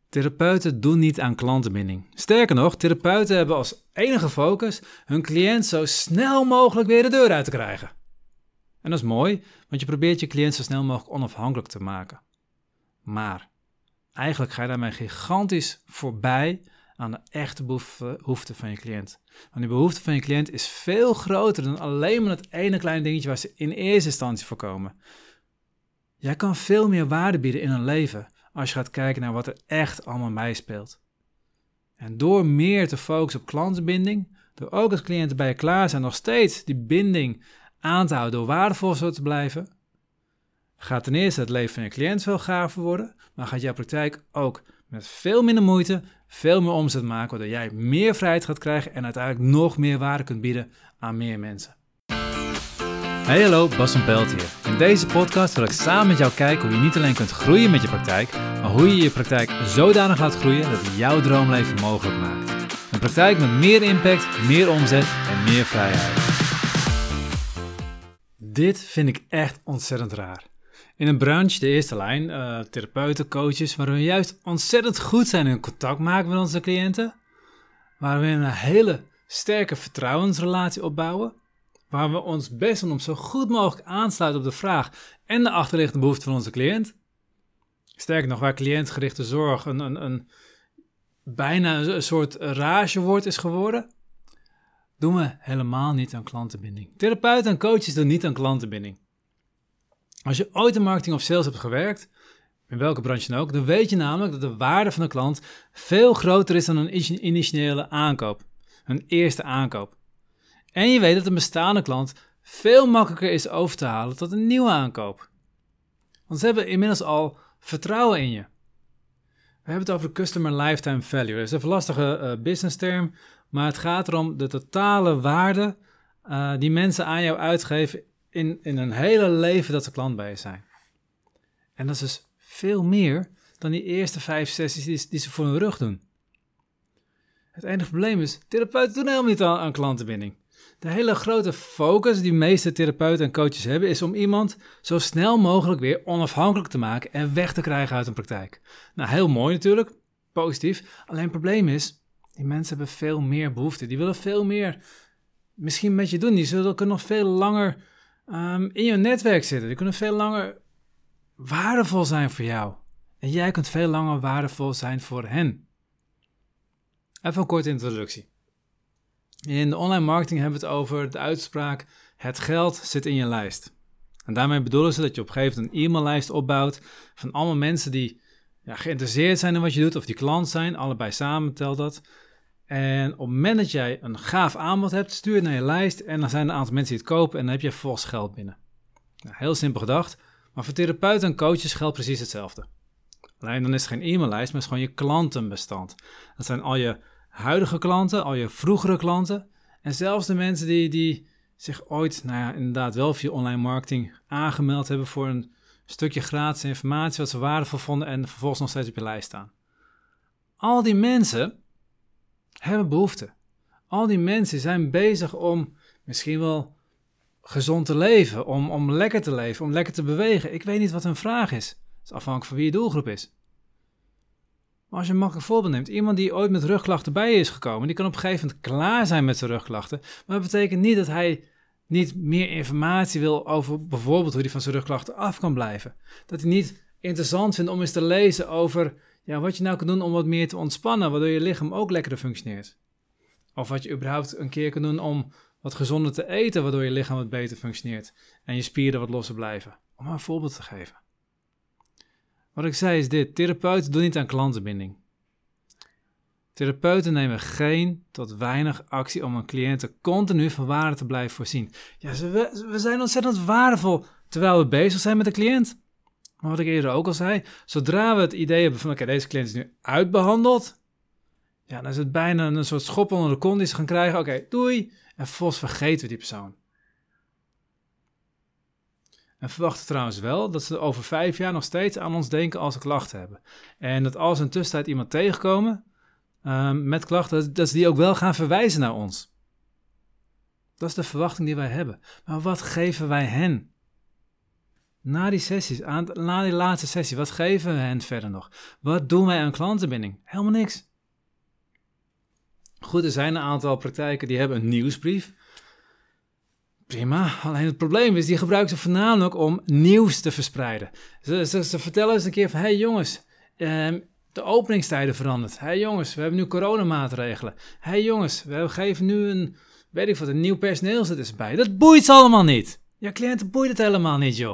Therapeuten doen niet aan klantenbinding. Sterker nog, therapeuten hebben als enige focus hun cliënt zo snel mogelijk weer de deur uit te krijgen. En dat is mooi, want je probeert je cliënt zo snel mogelijk onafhankelijk te maken. Maar eigenlijk ga je daarmee gigantisch voorbij aan de echte behoefte van je cliënt. Want die behoefte van je cliënt is veel groter dan alleen maar het ene kleine dingetje waar ze in eerste instantie voor komen. Jij kan veel meer waarde bieden in hun leven als je gaat kijken naar wat er echt allemaal meespeelt. En door meer te focussen op klantenbinding, door ook als cliënten bij je klaar zijn nog steeds die binding aan te houden door waardevol zo te blijven, gaat ten eerste het leven van je cliënt veel gaver worden, maar gaat jouw praktijk ook met veel minder moeite, veel meer omzet maken, waardoor jij meer vrijheid gaat krijgen en uiteindelijk nog meer waarde kunt bieden aan meer mensen. Hey hallo, Bas van Pelt hier. In deze podcast wil ik samen met jou kijken hoe je niet alleen kunt groeien met je praktijk, maar hoe je je praktijk zodanig laat groeien dat het jouw droomleven mogelijk maakt. Een praktijk met meer impact, meer omzet en meer vrijheid. Dit vind ik echt ontzettend raar. In een branche, de eerste lijn, therapeuten, coaches, waar we juist ontzettend goed zijn in contact maken met onze cliënten, waar we een hele sterke vertrouwensrelatie opbouwen, waar we ons best doen om zo goed mogelijk aansluiten op de vraag en de achterliggende behoefte van onze cliënt. Sterker nog, waar cliëntgerichte zorg bijna een soort ragewoord is geworden, doen we helemaal niet aan klantenbinding. Therapeuten en coaches doen niet aan klantenbinding. Als je ooit in marketing of sales hebt gewerkt, in welke branche dan ook, dan weet je namelijk dat de waarde van de klant veel groter is dan een initiële aankoop, een eerste aankoop. En je weet dat een bestaande klant veel makkelijker is over te halen tot een nieuwe aankoop. Want ze hebben inmiddels al vertrouwen in je. We hebben het over de Customer Lifetime Value. Dat is een lastige business term, maar het gaat erom de totale waarde die mensen aan jou uitgeven in een hele leven dat ze klant bij je zijn. En dat is dus veel meer dan die eerste 5 sessies die ze voor hun rug doen. Het enige probleem is, therapeuten doen helemaal niet aan klantenbinding. De hele grote focus die de meeste therapeuten en coaches hebben is om iemand zo snel mogelijk weer onafhankelijk te maken en weg te krijgen uit een praktijk. Nou, heel mooi natuurlijk, positief. Alleen het probleem is, die mensen hebben veel meer behoefte. Die willen veel meer misschien met je doen. Die kunnen nog veel langer in je netwerk zitten. Die kunnen veel langer waardevol zijn voor jou. En jij kunt veel langer waardevol zijn voor hen. Even een korte introductie. In de online marketing hebben we het over de uitspraak: het geld zit in je lijst. En daarmee bedoelen ze dat je op een gegeven moment een e-maillijst opbouwt van allemaal mensen die geïnteresseerd zijn in wat je doet of die klant zijn. Allebei samen telt dat. En op het moment dat jij een gaaf aanbod hebt, stuur het naar je lijst en dan zijn er een aantal mensen die het kopen en dan heb je vervolgens geld binnen. Nou, heel simpel gedacht, maar voor therapeuten en coaches geldt precies hetzelfde. Alleen dan is het geen e-maillijst, maar het is gewoon je klantenbestand. Dat zijn al je huidige klanten, al je vroegere klanten en zelfs de mensen die zich ooit, inderdaad wel via online marketing aangemeld hebben voor een stukje gratis informatie wat ze waardevol vonden en vervolgens nog steeds op je lijst staan. Al die mensen hebben behoefte. Al die mensen zijn bezig om misschien wel gezond te leven, om lekker te leven, om lekker te bewegen. Ik weet niet wat hun vraag is. Het is afhankelijk van wie je doelgroep is. Maar als je een makkelijk voorbeeld neemt, iemand die ooit met rugklachten bij je is gekomen, die kan op een gegeven moment klaar zijn met zijn rugklachten. Maar dat betekent niet dat hij niet meer informatie wil over bijvoorbeeld hoe hij van zijn rugklachten af kan blijven. Dat hij niet interessant vindt om eens te lezen over wat je nou kan doen om wat meer te ontspannen, waardoor je lichaam ook lekkerder functioneert. Of wat je überhaupt een keer kan doen om wat gezonder te eten, waardoor je lichaam wat beter functioneert en je spieren wat losser blijven. Om maar een voorbeeld te geven. Wat ik zei is dit: therapeuten doen niet aan klantenbinding. Therapeuten nemen geen tot weinig actie om hun cliënten continu van waarde te blijven voorzien. Ja, we zijn ontzettend waardevol terwijl we bezig zijn met de cliënt. Maar wat ik eerder ook al zei, zodra we het idee hebben van deze cliënt is nu uitbehandeld, dan is het bijna een soort schop onder de kont die ze gaan krijgen. Oké, doei. En vervolgens vergeten we die persoon. En verwachten trouwens wel dat ze over 5 jaar nog steeds aan ons denken als ze klachten hebben. En dat als ze in de tussentijd iemand tegenkomen met klachten, dat ze die ook wel gaan verwijzen naar ons. Dat is de verwachting die wij hebben. Maar wat geven wij hen? Na die sessies, na die laatste sessie, wat geven we hen verder nog? Wat doen wij aan klantenbinding? Helemaal niks. Goed, er zijn een aantal praktijken die hebben een nieuwsbrief. Prima, alleen het probleem is, die gebruiken ze voornamelijk om nieuws te verspreiden. Ze vertellen eens een keer van, hey jongens, de openingstijden veranderd. Hey jongens, we hebben nu coronamaatregelen. Hey jongens, we geven nu een nieuw personeel zit er bij. Dat boeit ze allemaal niet. Jouw cliënten boeit het helemaal niet, joh.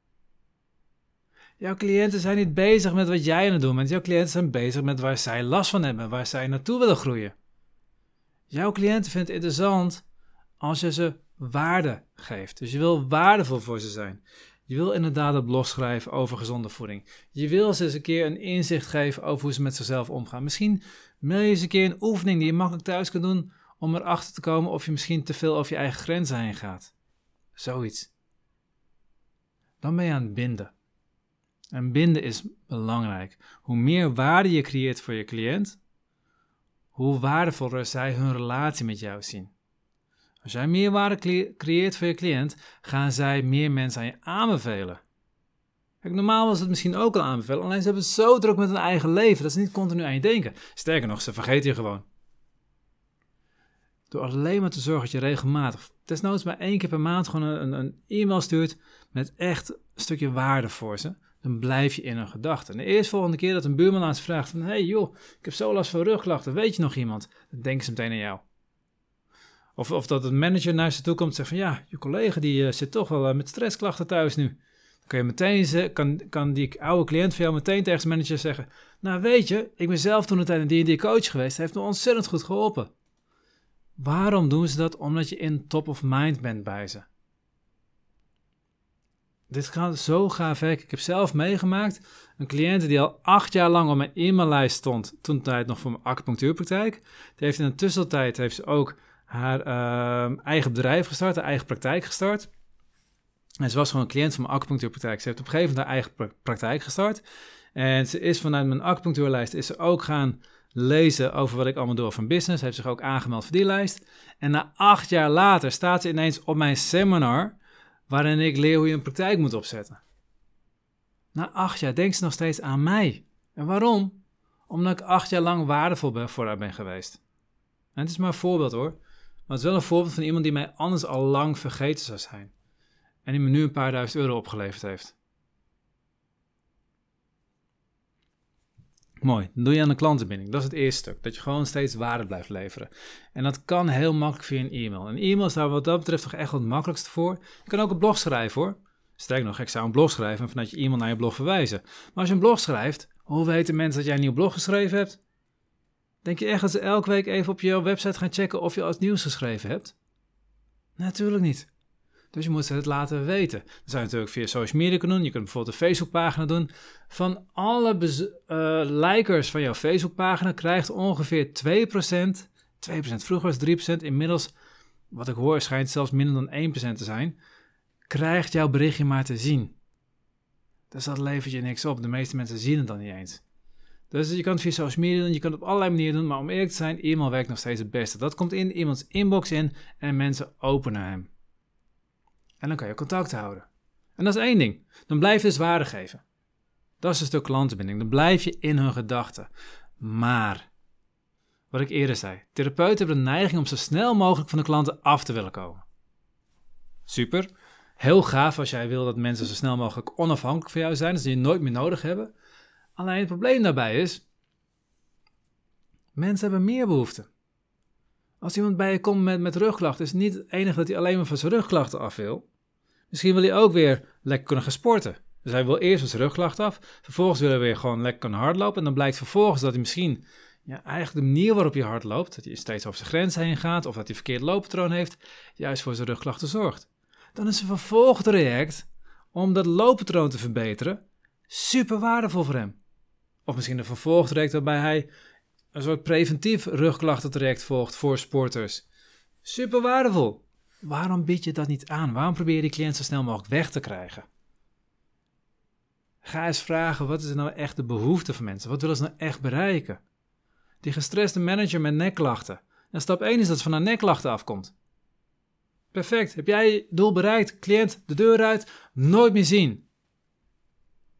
Jouw cliënten zijn niet bezig met wat jij aan het doen bent. Jouw cliënten zijn bezig met waar zij last van hebben, waar zij naartoe willen groeien. Jouw cliënten vinden het interessant als je ze waarde geeft. Dus je wil waardevol voor ze zijn. Je wil inderdaad een blog schrijven over gezonde voeding. Je wil ze eens een keer een inzicht geven over hoe ze met zichzelf omgaan. Misschien wil je eens een keer een oefening die je makkelijk thuis kunt doen om erachter te komen of je misschien te veel over je eigen grenzen heen gaat. Zoiets. Dan ben je aan het binden. En binden is belangrijk. Hoe meer waarde je creëert voor je cliënt, hoe waardevoller zij hun relatie met jou zien. Als jij meer waarde creëert voor je cliënt, gaan zij meer mensen aan je aanbevelen. Kijk, normaal was het misschien ook al aanbevelen, alleen ze hebben het zo druk met hun eigen leven dat ze niet continu aan je denken. Sterker nog, ze vergeten je gewoon. Door alleen maar te zorgen dat je regelmatig, desnoods maar 1 keer per maand, gewoon een e-mail stuurt met echt een stukje waarde voor ze, dan blijf je in hun gedachten. En de eerstvolgende keer dat een buurman aan ze vraagt van, hey joh, ik heb zo last van rugklachten, weet je nog iemand? Dan denken ze meteen aan jou. Of dat een manager naar ze toe komt en zegt van, ja, je collega die zit toch wel met stressklachten thuis nu. Dan kun je meteen, kan die oude cliënt van jou meteen tegen zijn manager zeggen, nou weet je, ik ben zelf toen een D&D coach geweest, heeft me ontzettend goed geholpen. Waarom doen ze dat? Omdat je in top of mind bent bij ze. Dit gaat zo gaaf werken. Ik heb zelf meegemaakt een cliënte die al 8 jaar lang op mijn e-maillijst stond, toen tijd nog voor mijn acupunctuurpraktijk. Die heeft in de tussentijd ook haar eigen bedrijf gestart, haar eigen praktijk gestart. En ze was gewoon een cliënt van mijn acupunctuurpraktijk. Ze heeft op een gegeven moment haar eigen praktijk gestart. En ze is vanuit mijn acupunctuurlijst is ze ook gaan lezen over wat ik allemaal doe van business. Heeft zich ook aangemeld voor die lijst. En na 8 jaar later staat ze ineens op mijn seminar, waarin ik leer hoe je een praktijk moet opzetten. Na 8 jaar denkt ze nog steeds aan mij. En waarom? Omdat ik 8 jaar lang waardevol voor haar ben geweest. En het is maar een voorbeeld hoor. Maar het is wel een voorbeeld van iemand die mij anders al lang vergeten zou zijn. En die me nu een paar duizend euro opgeleverd heeft. Mooi, dan doe je aan de klantenbinding. Dat is het eerste stuk. Dat je gewoon steeds waarde blijft leveren. En dat kan heel makkelijk via een e-mail. Een e-mail is daar wat dat betreft toch echt wat het makkelijkste voor. Je kan ook een blog schrijven hoor. Sterker nog, ik zou een blog schrijven en vanuit je e-mail naar je blog verwijzen. Maar als je een blog schrijft, hoe weten mensen dat jij een nieuw blog geschreven hebt? Denk je echt dat ze elke week even op je website gaan checken of je al iets nieuws geschreven hebt? Natuurlijk niet. Dus je moet ze het laten weten. Dat zou je natuurlijk via social media kunnen doen. Je kunt bijvoorbeeld een Facebookpagina doen. Van alle likers van jouw Facebookpagina krijgt ongeveer 2%. 2% vroeger was 3%. Inmiddels, wat ik hoor, schijnt zelfs minder dan 1% te zijn. Krijgt jouw berichtje maar te zien. Dus dat levert je niks op. De meeste mensen zien het dan niet eens. Dus je kan het via social media doen, je kan het op allerlei manieren doen, maar om eerlijk te zijn, e-mail werkt nog steeds het beste. Dat komt in iemands inbox in en mensen openen hem. En dan kan je contact houden. En dat is 1 ding. Dan blijf je dus waarde geven. Dat is een stuk klantenbinding. Dan blijf je in hun gedachten. Maar, wat ik eerder zei, therapeuten hebben de neiging om zo snel mogelijk van de klanten af te willen komen. Super. Heel gaaf als jij wil dat mensen zo snel mogelijk onafhankelijk van jou zijn, dat ze je nooit meer nodig hebben. Alleen het probleem daarbij is, mensen hebben meer behoefte. Als iemand bij je komt met rugklachten, is het niet het enige dat hij alleen maar van zijn rugklachten af wil. Misschien wil hij ook weer lekker kunnen gaan sporten. Dus hij wil eerst van zijn rugklachten af, vervolgens wil hij weer gewoon lekker kunnen hardlopen. En dan blijkt vervolgens dat hij misschien, eigenlijk de manier waarop je hard loopt, dat hij steeds over zijn grens heen gaat, of dat hij verkeerd looppatroon heeft, juist voor zijn rugklachten zorgt. Dan is een vervolgtraject om dat looppatroon te verbeteren super waardevol voor hem. Of misschien een vervolgtraject waarbij hij een soort preventief rugklachtentraject volgt voor sporters. Super waardevol. Waarom bied je dat niet aan? Waarom probeer je die cliënt zo snel mogelijk weg te krijgen? Ga eens vragen, wat is nou echt de behoefte van mensen? Wat willen ze nou echt bereiken? Die gestreste manager met nekklachten. En stap 1 is dat ze van haar nekklachten afkomt. Perfect. Heb jij je doel bereikt? Cliënt de deur uit, nooit meer zien.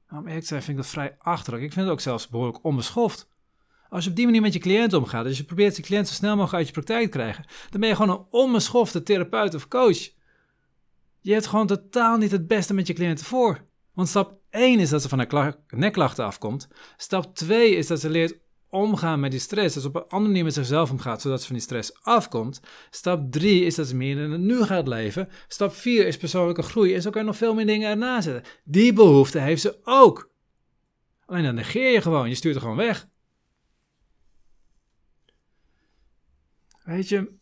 Om eerlijk te zijn vind ik dat vrij achterlijk. Ik vind het ook zelfs behoorlijk onbeschoft. Als je op die manier met je cliënt omgaat, als je probeert je cliënt zo snel mogelijk uit je praktijk te krijgen, dan ben je gewoon een onbeschofte therapeut of coach. Je hebt gewoon totaal niet het beste met je cliënten voor. Want stap 1 is dat ze van haar nekklachten afkomt. Stap 2 is dat ze leert omgaan met die stress. Dat ze op een andere manier met zichzelf omgaat, zodat ze van die stress afkomt. Stap 3 is dat ze meer in het nu gaat leven. Stap 4 is persoonlijke groei. En zo kan je nog veel meer dingen erna zetten. Die behoefte heeft ze ook. Alleen dan negeer je gewoon. Je stuurt er gewoon weg. Weet je,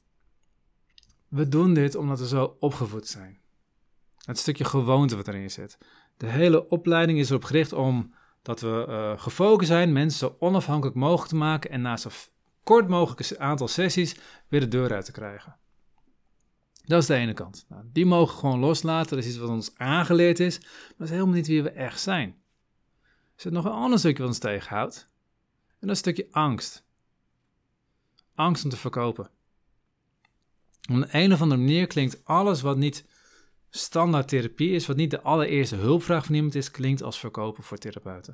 we doen dit omdat we zo opgevoed zijn. Het stukje gewoonte wat erin zit. De hele opleiding is erop gericht om dat we gefocust zijn mensen zo onafhankelijk mogelijk te maken en na zo kort mogelijk een aantal sessies weer de deur uit te krijgen. Dat is de ene kant. Nou, die mogen we gewoon loslaten. Dat is iets wat ons aangeleerd is, maar dat is helemaal niet wie we echt zijn. Er zit nog een ander stukje wat ons tegenhoudt. En dat is een stukje angst. Angst om te verkopen. Op een of andere manier klinkt alles wat niet standaard therapie is, wat niet de allereerste hulpvraag van iemand is, klinkt als verkopen voor therapeuten.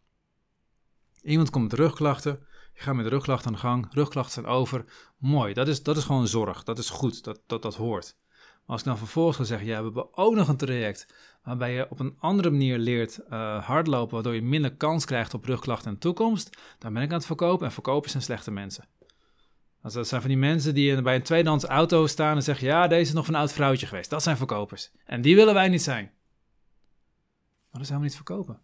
Iemand komt met rugklachten, je gaat met de rugklachten aan de gang, rugklachten zijn over, mooi, dat is gewoon zorg, dat is goed, dat hoort. Maar als ik dan vervolgens ga zeggen, ja, we hebben ook nog een traject waarbij je op een andere manier leert hardlopen, waardoor je minder kans krijgt op rugklachten in de toekomst, dan ben ik aan het verkopen en verkopers zijn slechte mensen. Dat zijn van die mensen die bij een tweedehands auto staan en zeggen, ja, deze is nog van een oud vrouwtje geweest. Dat zijn verkopers. En die willen wij niet zijn. Maar dat is helemaal niet verkopen.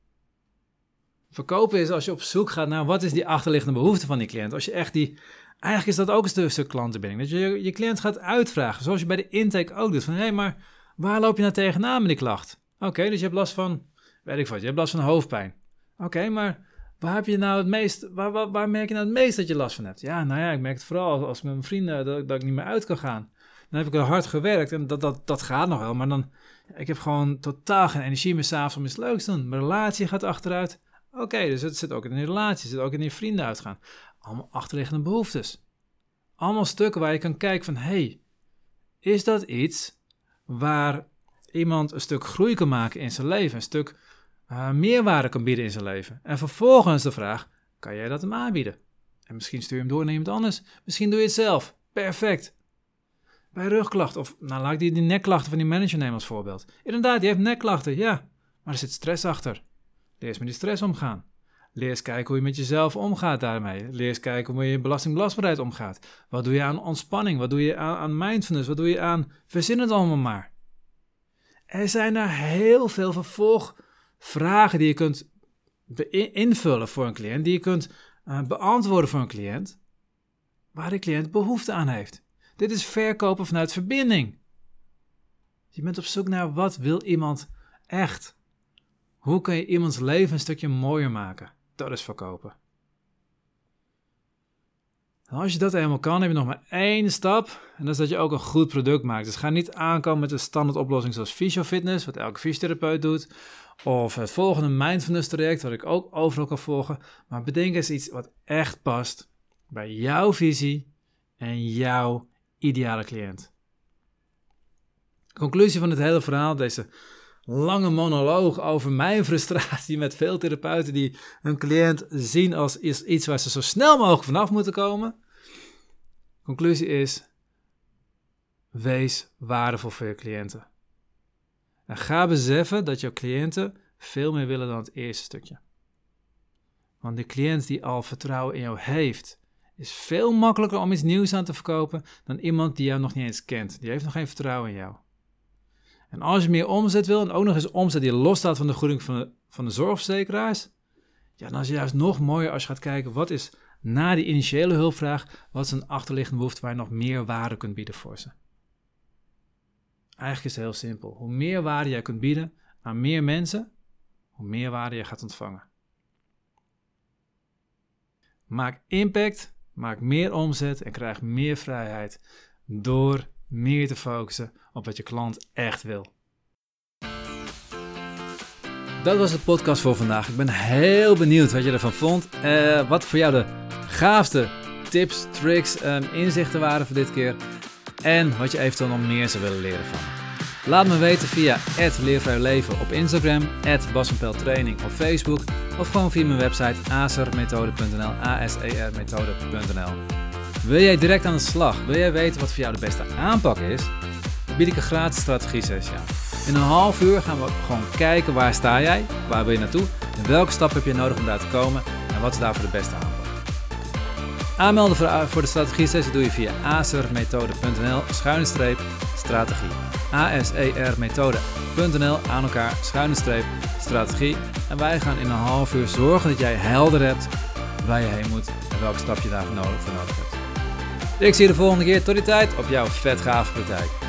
Verkopen is als je op zoek gaat naar wat is die achterliggende behoefte van die cliënt. Als je echt eigenlijk is dat ook een stuk klantenbinding. Dat je je cliënt gaat uitvragen, zoals je bij de intake ook doet. Van, hé, maar waar loop je nou tegenaan met die klacht? Oké, dus je hebt last van, weet ik wat, je hebt last van hoofdpijn. Oké, maar waar heb je nou het meest, waar merk je nou het meest dat je last van hebt? Ja, nou ja, ik merk het vooral als ik met mijn vrienden dat ik niet meer uit kan gaan. Dan heb ik er hard gewerkt en dat gaat nog wel, maar dan, ik heb gewoon totaal geen energie meer 's avonds om iets leuks te doen. Mijn relatie gaat achteruit. Oké, dus het zit ook in die relatie, het zit ook in die vrienden uitgaan. Allemaal achterliggende behoeftes. Allemaal stukken waar je kan kijken van, hey, is dat iets waar iemand een stuk groei kan maken in zijn leven, een stuk meerwaarde kan bieden in zijn leven. En vervolgens de vraag, kan jij dat hem aanbieden? En misschien stuur je hem door naar iemand anders. Misschien doe je het zelf. Perfect. Bij rugklachten, of nou laat ik die nekklachten van die manager nemen als voorbeeld. Inderdaad, die heeft nekklachten, ja. Maar er zit stress achter. Leer eens met die stress omgaan. Leer eens kijken hoe je met jezelf omgaat daarmee. Leer eens kijken hoe je belastingbelastbaarheid omgaat. Wat doe je aan ontspanning? Wat doe je aan mindfulness? Wat doe je aan, verzin het allemaal maar. Er zijn er heel veel vervolgvragen die je kunt invullen voor een cliënt, die je kunt beantwoorden voor een cliënt, waar de cliënt behoefte aan heeft. Dit is verkopen vanuit verbinding. Je bent op zoek naar wat wil iemand echt. Hoe kun je iemands leven een stukje mooier maken? Dat is verkopen. En als je dat helemaal kan, heb je nog maar één stap. En dat is dat je ook een goed product maakt. Dus ga niet aankomen met een standaard oplossing zoals fysiofitness, wat elke fysiotherapeut doet. Of het volgende mindfulness traject, wat ik ook overal kan volgen. Maar bedenk eens iets wat echt past bij jouw visie en jouw ideale cliënt. Conclusie van het hele verhaal, deze lange monoloog over mijn frustratie met veel therapeuten die hun cliënt zien als iets waar ze zo snel mogelijk vanaf moeten komen. Conclusie is, wees waardevol voor je cliënten. En ga beseffen dat jouw cliënten veel meer willen dan het eerste stukje. Want de cliënt die al vertrouwen in jou heeft, is veel makkelijker om iets nieuws aan te verkopen dan iemand die jou nog niet eens kent. Die heeft nog geen vertrouwen in jou. En als je meer omzet wil, en ook nog eens omzet die losstaat van de vergoeding van de zorgverzekeraars, ja, dan is het juist nog mooier als je gaat kijken, wat is na die initiële hulpvraag, wat is een achterliggende behoefte waar je nog meer waarde kunt bieden voor ze. Eigenlijk is het heel simpel. Hoe meer waarde jij kunt bieden aan meer mensen, hoe meer waarde je gaat ontvangen. Maak impact, maak meer omzet en krijg meer vrijheid door meer te focussen op wat je klant echt wil. Dat was de podcast voor vandaag. Ik ben heel benieuwd wat je ervan vond. Wat voor jou de gaafste tips, tricks, inzichten waren voor dit keer. En wat je eventueel nog meer zou willen leren van me. Laat me weten via @leervrijleven op Instagram, @basvanpeltraining op Facebook of gewoon via mijn website asermethode.nl, asermethode.nl. Wil jij direct aan de slag? Wil jij weten wat voor jou de beste aanpak is? Dan bied ik een gratis strategie-sessie aan. In een half uur gaan we gewoon kijken waar sta jij, waar wil je naartoe en welke stap heb je nodig om daar te komen en wat is daarvoor de beste aanpak. Aanmelden voor de strategie-sessie doe je via asermethode.nl/strategie. asermethode.nl aan elkaar /strategie. En wij gaan in een half uur zorgen dat jij helder hebt waar je heen moet en welke stap je daarvoor nodig hebt. Ik zie je de volgende keer. Tot die tijd op jouw vet gave praktijk.